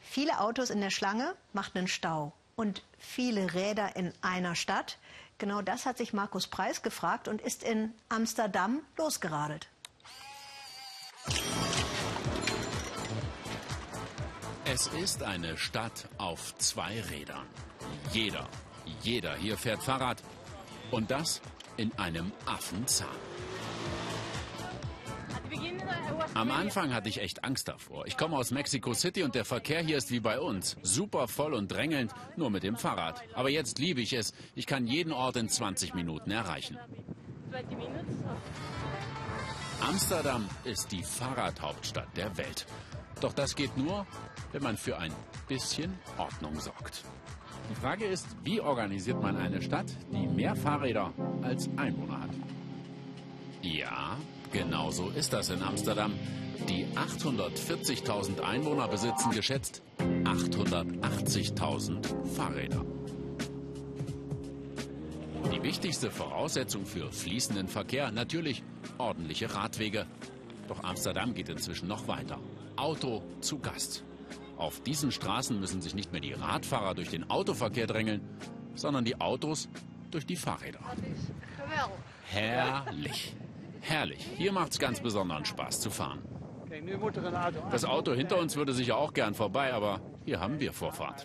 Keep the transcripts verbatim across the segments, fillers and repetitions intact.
Viele Autos in der Schlange macht einen Stau und viele Räder in einer Stadt. Genau das hat sich Markus Preis gefragt und ist in Amsterdam losgeradelt. Es ist eine Stadt auf zwei Rädern. Jeder, jeder hier fährt Fahrrad. Und das in einem Affenzahn. Am Anfang hatte ich echt Angst davor. Ich komme aus Mexico City und der Verkehr hier ist wie bei uns. Super voll und drängelnd, nur mit dem Fahrrad. Aber jetzt liebe ich es. Ich kann jeden Ort in zwanzig Minuten erreichen. Amsterdam ist die Fahrradhauptstadt der Welt. Doch das geht nur, wenn man für ein bisschen Ordnung sorgt. Die Frage ist, wie organisiert man eine Stadt, die mehr Fahrräder als Einwohner hat? Ja, genau so ist das in Amsterdam. Die achthundertvierzigtausend Einwohner besitzen geschätzt achthundertachtzigtausend Fahrräder. Die wichtigste Voraussetzung für fließenden Verkehr, natürlich ordentliche Radwege. Doch Amsterdam geht inzwischen noch weiter. Auto zu Gast. Auf diesen Straßen müssen sich nicht mehr die Radfahrer durch den Autoverkehr drängeln, sondern die Autos durch die Fahrräder. Herrlich. Herrlich. Hier macht es ganz besonderen Spaß zu fahren. Das Auto hinter uns würde sicher auch gern vorbei, aber hier haben wir Vorfahrt.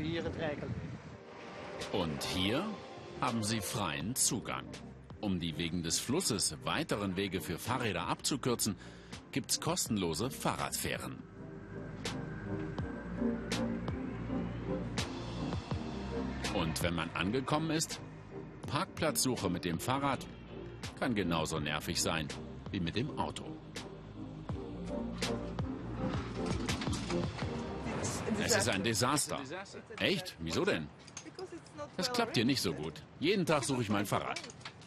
Und hier haben Sie freien Zugang. Um die wegen des Flusses weiteren Wege für Fahrräder abzukürzen, gibt es kostenlose Fahrradfähren. Und wenn man angekommen ist, Parkplatzsuche mit dem Fahrrad kann genauso nervig sein wie mit dem Auto. Es ist ein Desaster. Echt? Wieso denn? Es klappt hier nicht so gut. Jeden Tag suche ich mein Fahrrad.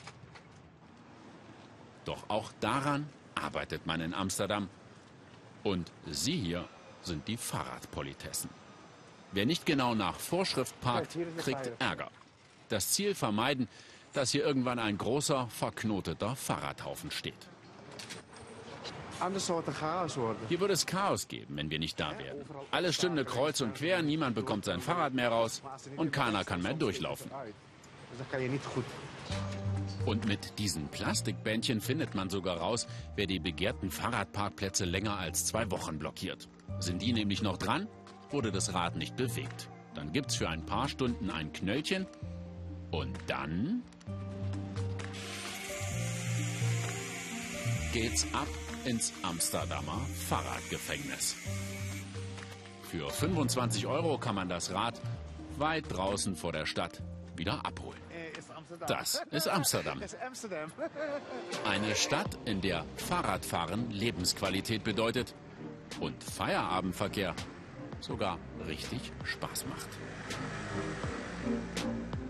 Doch auch daran arbeitet man in Amsterdam. Und Sie hier sind die Fahrradpolitessen. Wer nicht genau nach Vorschrift parkt, kriegt Ärger. Das Ziel vermeiden, dass hier irgendwann ein großer, verknoteter Fahrradhaufen steht. Hier würde es Chaos geben, wenn wir nicht da wären. Alles stünde kreuz und quer, niemand bekommt sein Fahrrad mehr raus und keiner kann mehr durchlaufen. Und mit diesen Plastikbändchen findet man sogar raus, wer die begehrten Fahrradparkplätze länger als zwei Wochen blockiert. Sind die nämlich noch dran, wurde das Rad nicht bewegt. Dann gibt's für ein paar Stunden ein Knöllchen und dann geht's ab ins Amsterdamer Fahrradgefängnis. Für fünfundzwanzig Euro kann man das Rad weit draußen vor der Stadt wieder abholen. Das ist Amsterdam. Eine Stadt, in der Fahrradfahren Lebensqualität bedeutet und Feierabendverkehr sogar richtig Spaß macht.